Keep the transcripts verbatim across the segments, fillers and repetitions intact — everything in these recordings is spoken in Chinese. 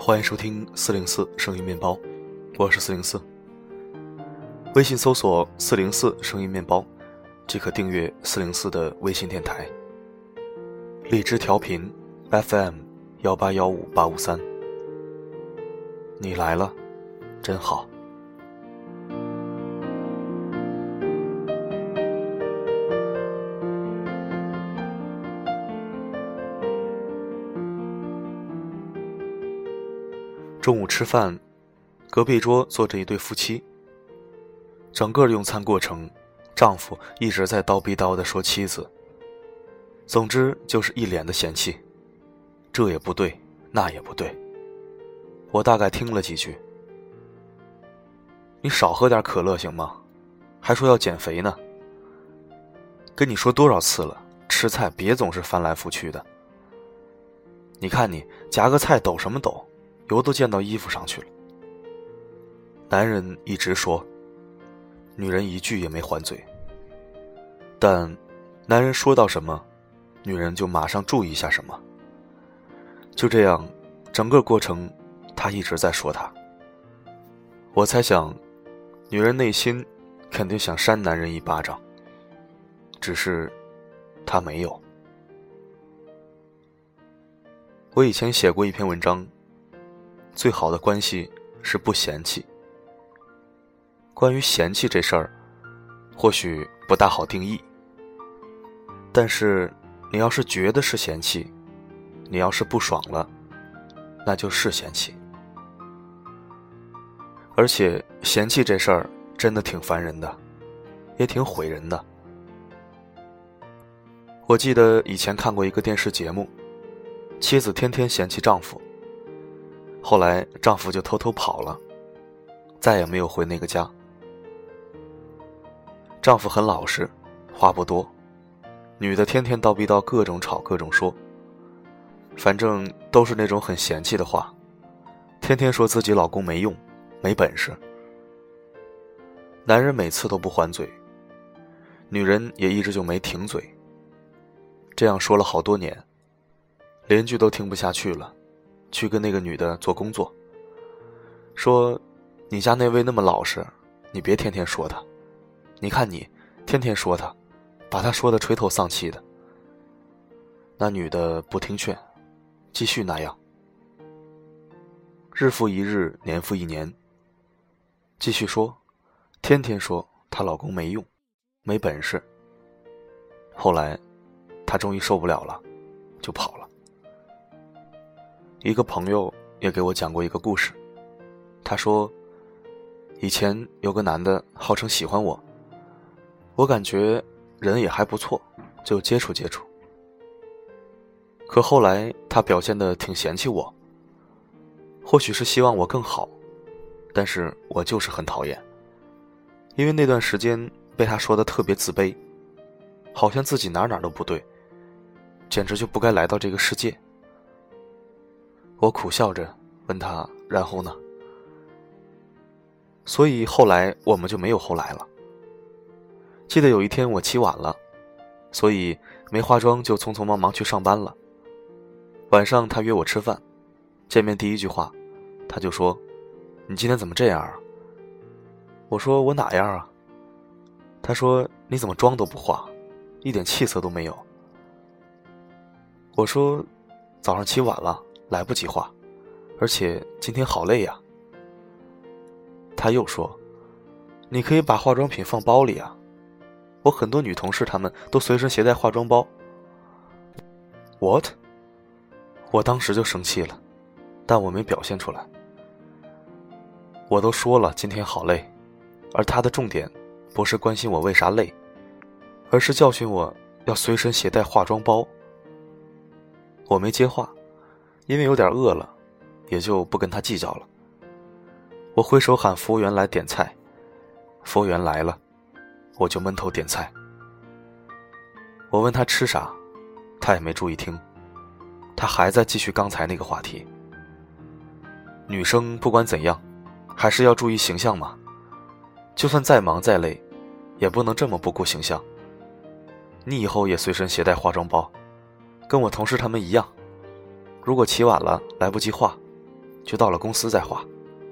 欢迎收听四零四声音面包，我是四零四。微信搜索四零四声音面包，即可订阅四零四的微信电台。荔枝调频 F M 一八一五八五三。你来了，真好。中午吃饭，隔壁桌坐着一对夫妻。整个用餐过程，丈夫一直在叨逼叨地说妻子，总之就是一脸的嫌弃，这也不对，那也不对。我大概听了几句，你少喝点可乐行吗？还说要减肥呢。跟你说多少次了，吃菜别总是翻来覆去的。你看你夹个菜抖什么抖，油都溅到衣服上去了。男人一直说，女人一句也没还嘴。但男人说到什么，女人就马上注意一下什么。就这样，整个过程他一直在说他。我猜想，女人内心肯定想扇男人一巴掌，只是她没有。我以前写过一篇文章，最好的关系是不嫌弃。关于嫌弃这事儿，或许不大好定义，但是你要是觉得是嫌弃，你要是不爽了，那就是嫌弃。而且嫌弃这事儿真的挺烦人的，也挺毁人的。我记得以前看过一个电视节目，妻子天天嫌弃丈夫，后来丈夫就偷偷跑了，再也没有回那个家。丈夫很老实，话不多，女的天天叨逼叨，各种吵各种说，反正都是那种很嫌弃的话，天天说自己老公没用没本事。男人每次都不还嘴，女人也一直就没停嘴。这样说了好多年，邻居都听不下去了，去跟那个女的做工作，说你家那位那么老实，你别天天说他，你看你天天说他，把他说得垂头丧气的。那女的不听劝，继续那样，日复一日，年复一年，继续说，天天说她老公没用没本事。后来她终于受不了了，就跑了。一个朋友也给我讲过一个故事，他说以前有个男的号称喜欢我，我感觉人也还不错，就接触接触。可后来他表现得挺嫌弃我，或许是希望我更好，但是我就是很讨厌，因为那段时间被他说得特别自卑，好像自己哪哪都不对，简直就不该来到这个世界。我苦笑着问他，然后呢？所以后来我们就没有后来了。记得有一天我起晚了，所以没化妆就匆匆忙忙去上班了。晚上他约我吃饭，见面第一句话他就说，你今天怎么这样啊？我说我哪样啊？他说你怎么妆都不化，一点气色都没有。我说早上起晚了，来不及化，而且今天好累呀。他又说，你可以把化妆品放包里啊，我很多女同事她们都随身携带化妆包。 What？ 我当时就生气了，但我没表现出来。我都说了今天好累，而他的重点不是关心我为啥累，而是教训我要随身携带化妆包。我没接话，因为有点饿了，也就不跟他计较了。我挥手喊服务员来点菜，服务员来了，我就闷头点菜。我问他吃啥，他也没注意听，他还在继续刚才那个话题。女生不管怎样，还是要注意形象嘛，就算再忙再累，也不能这么不顾形象。你以后也随身携带化妆包，跟我同事他们一样，如果起晚了来不及化， 就到了公司再化。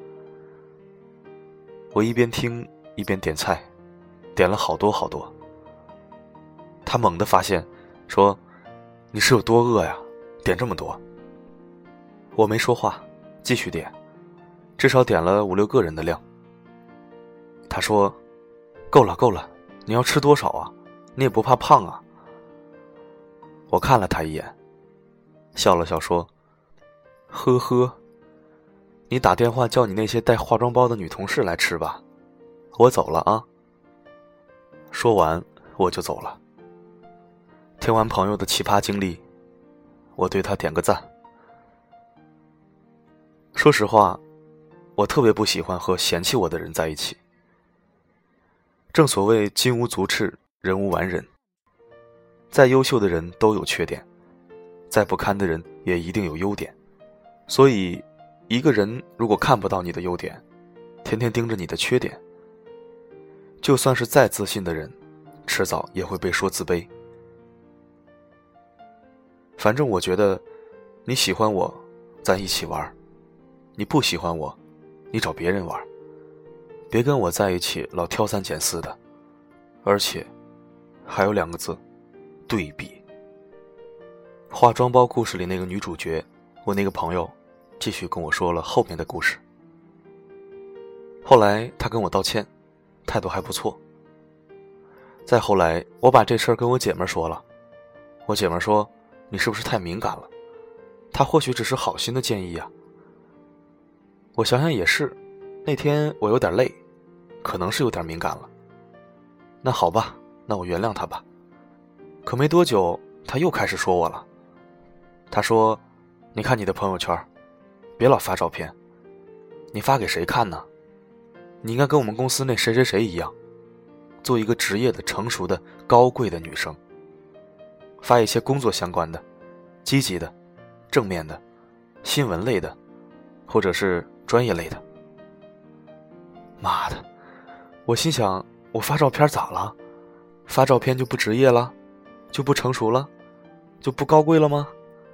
我一边听一边点菜，点了好多好多。他猛地发现，说：“你是有多饿呀？点这么多。”我没说话，继续点，至少点了五六个人的量。他说：“够了够了，你要吃多少啊？你也不怕胖啊？”我看了他一眼，笑了笑说：“呵呵，你打电话叫你那些带化妆包的女同事来吃吧，我走了啊。”说完我就走了。听完朋友的奇葩经历，我对他点个赞。说实话，我特别不喜欢和嫌弃我的人在一起。正所谓金无足赤，人无完人。再优秀的人都有缺点，再不堪的人也一定有优点。所以一个人如果看不到你的优点，天天盯着你的缺点，就算是再自信的人，迟早也会被说自卑。反正我觉得，你喜欢我，咱一起玩；你不喜欢我，你找别人玩。别跟我在一起老挑三拣四的。而且还有两个字，对比。化妆包故事里那个女主角，我那个朋友继续跟我说了后面的故事。后来她跟我道歉，态度还不错。再后来我把这事儿跟我姐们说了，我姐们说：“你是不是太敏感了？她或许只是好心的建议啊。”我想想也是，那天我有点累，可能是有点敏感了。那好吧，那我原谅她吧。可没多久，她又开始说我了。她说：“你看你的朋友圈，别老发照片，你发给谁看呢？你应该跟我们公司那谁谁谁一样，做一个职业的、成熟的、高贵的女生，发一些工作相关的、积极的、正面的、新闻类的，或者是专业类的。”妈的，我心想，我发照片咋了？发照片就不职业了？就不成熟了？就不高贵了吗？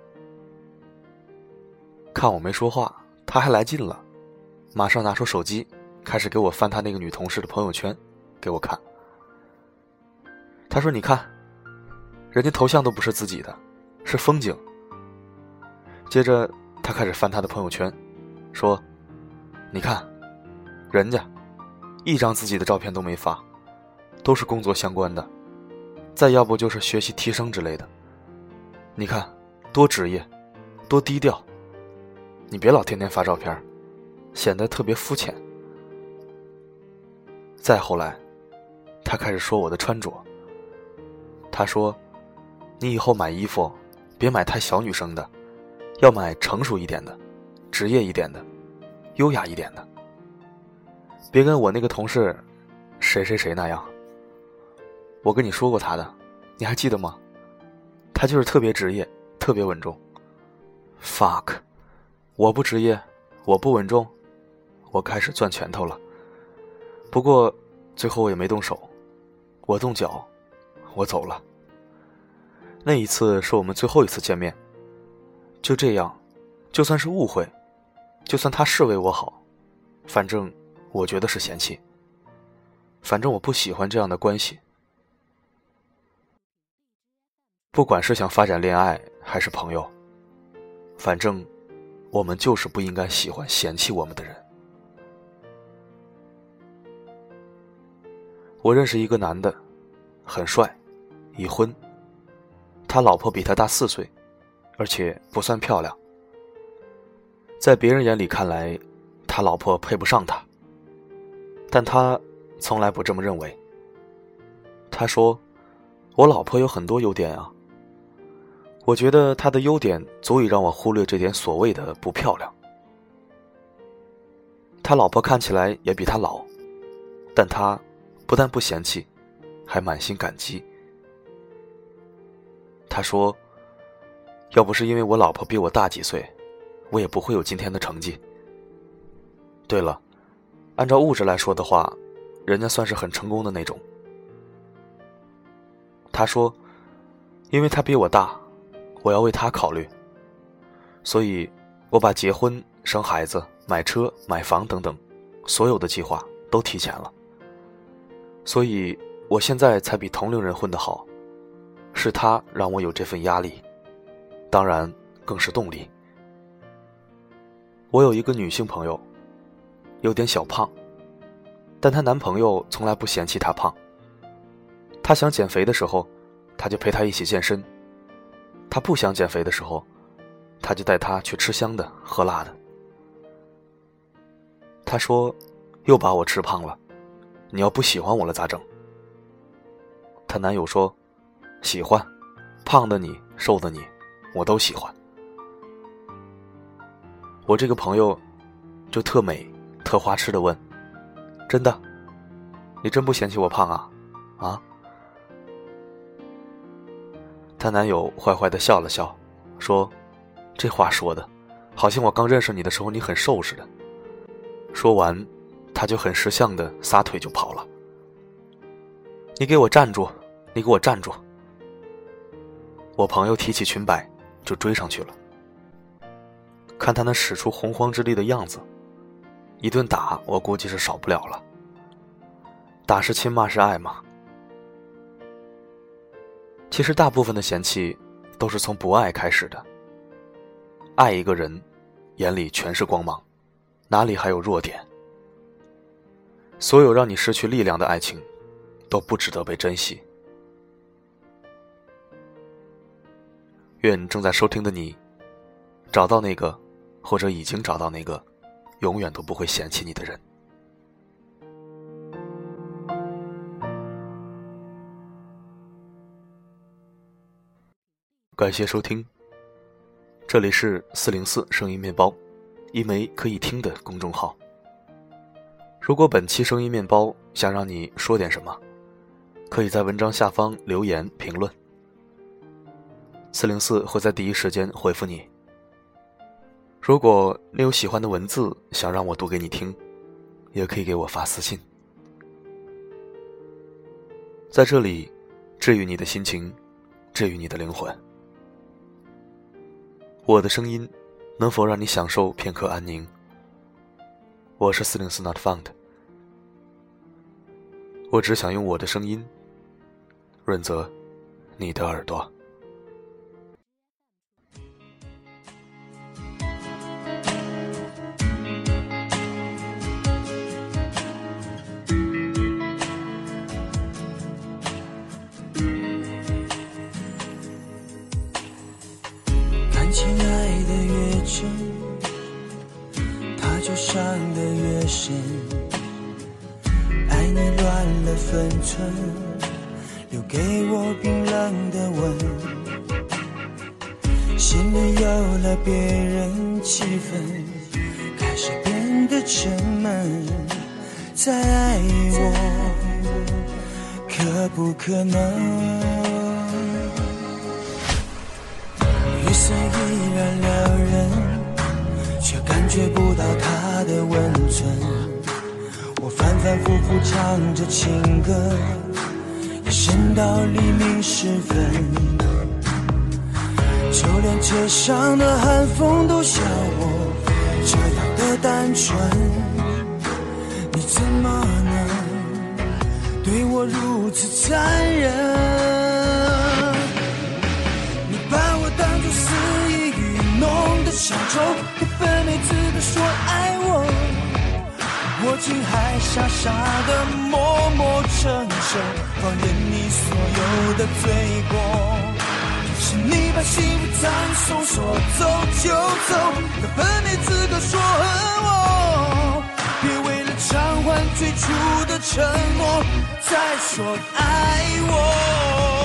看我没说话，他还来劲了，马上拿出手机，开始给我翻他那个女同事的朋友圈，给我看。他说：“你看，人家头像都不是自己的，是风景。”接着他开始翻他的朋友圈，说：“你看，人家一张自己的照片都没发，都是工作相关的，再要不就是学习提升之类的。你看，多职业，多低调。你别老天天发照片，显得特别肤浅。”再后来，他开始说我的穿着。他说：“你以后买衣服，别买太小女生的，要买成熟一点的，职业一点的，优雅一点的。别跟我那个同事谁谁谁那样。我跟你说过他的，你还记得吗？他就是特别职业，特别稳重。fuck， 我不职业，我不稳重，我开始攥拳头了。不过最后我也没动手，我动脚，我走了。那一次是我们最后一次见面。就这样，就算是误会，就算他是为我好，反正我觉得是嫌弃。反正我不喜欢这样的关系。不管是想发展恋爱还是朋友，反正我们就是不应该喜欢嫌弃我们的人。我认识一个男的，很帅，已婚，他老婆比他大四岁，而且不算漂亮。在别人眼里看来，他老婆配不上他，但他从来不这么认为。他说：“我老婆有很多优点啊，我觉得她的优点足以让我忽略这点所谓的不漂亮。”他老婆看起来也比他老，但他不但不嫌弃，还满心感激。他说：“要不是因为我老婆比我大几岁，我也不会有今天的成绩。对了，按照物质来说的话，人家算是很成功的那种。”他说：“因为他比我大，我要为他考虑，所以我把结婚生孩子、买车、买房等等，所有的计划都提前了。所以我现在才比同龄人混得好，是他让我有这份压力，当然更是动力。我有一个女性朋友，有点小胖，但她男朋友从来不嫌弃她胖。她想减肥的时候，他就陪她一起健身；她不想减肥的时候，他就带她去吃香的喝辣的。她说又把我吃胖了，你要不喜欢我了咋整？她男友说喜欢，胖的你瘦的你我都喜欢。我这个朋友就特美特花痴的问，真的？你真不嫌弃我胖啊？啊？她男友坏坏的笑了笑，说这话说的好像我刚认识你的时候你很瘦似的。说完他就很识相的撒腿就跑了。你给我站住，你给我站住。我朋友提起裙摆就追上去了。看他那使出洪荒之力的样子，一顿打我估计是少不了了。打是亲，骂是爱嘛。其实大部分的嫌弃都是从不爱开始的。爱一个人，眼里全是光芒，哪里还有弱点？所有让你失去力量的爱情，都不值得被珍惜。愿正在收听的你，找到那个，或者已经找到那个，永远都不会嫌弃你的人。感谢收听，这里是四零四声音面包，一枚可以听的公众号。如果本期声音面包想让你说点什么，可以在文章下方留言评论，四零四会在第一时间回复你。如果你有喜欢的文字想让我读给你听，也可以给我发私信。在这里治愈你的心情，治愈你的灵魂。我的声音能否让你享受片刻安宁？我是四零四 Not Found， 我只想用我的声音润泽你的耳朵。 看亲爱的越真，他就伤得越深。爱你乱了分寸，留给我冰冷的吻。心里有了别人，气氛开始变得沉闷。再爱我，可不可能？雨伞依然撩人，却感觉不到它的温存。我反反复复唱着情歌，夜深到黎明时分。就连街上的寒风都笑我这样的单纯。你怎么能对我如此残忍？小丑，不分每次的说爱我，我竟还傻傻的默默承受，放任你所有的罪过。是你把幸福葬送，说走就走，可分没资格说恨我。别为了偿还最初的承诺，再说爱我。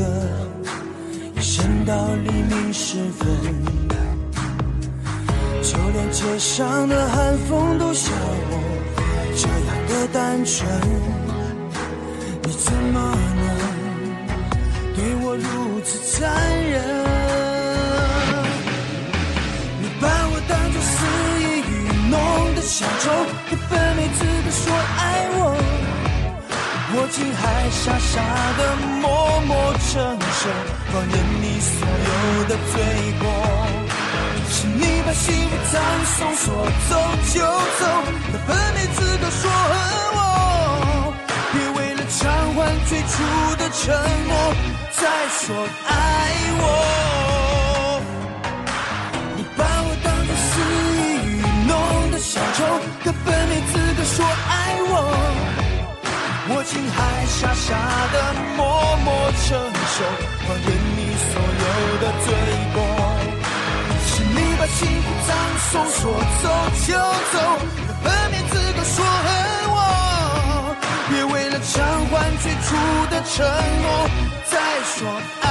歌，一生到黎明时分，就连街上的寒风都笑我这样的单纯。你怎么能对我如此残忍？你把我当作肆意愚弄的小丑，你分没资格说爱我，我竟还傻傻的默默承受，放任你所有的罪过。是你把幸福葬送，说走就走，那分没资格说恨我。别为了偿还最初的承诺，再说爱我。你把我当作肆意愚弄的小丑，根本没资格说爱我。我竟还傻傻的默默承受，放任你所有的罪过。是你把幸福葬送，说走就走，根本没资格说恨我。别为了偿还最初的承诺，再说爱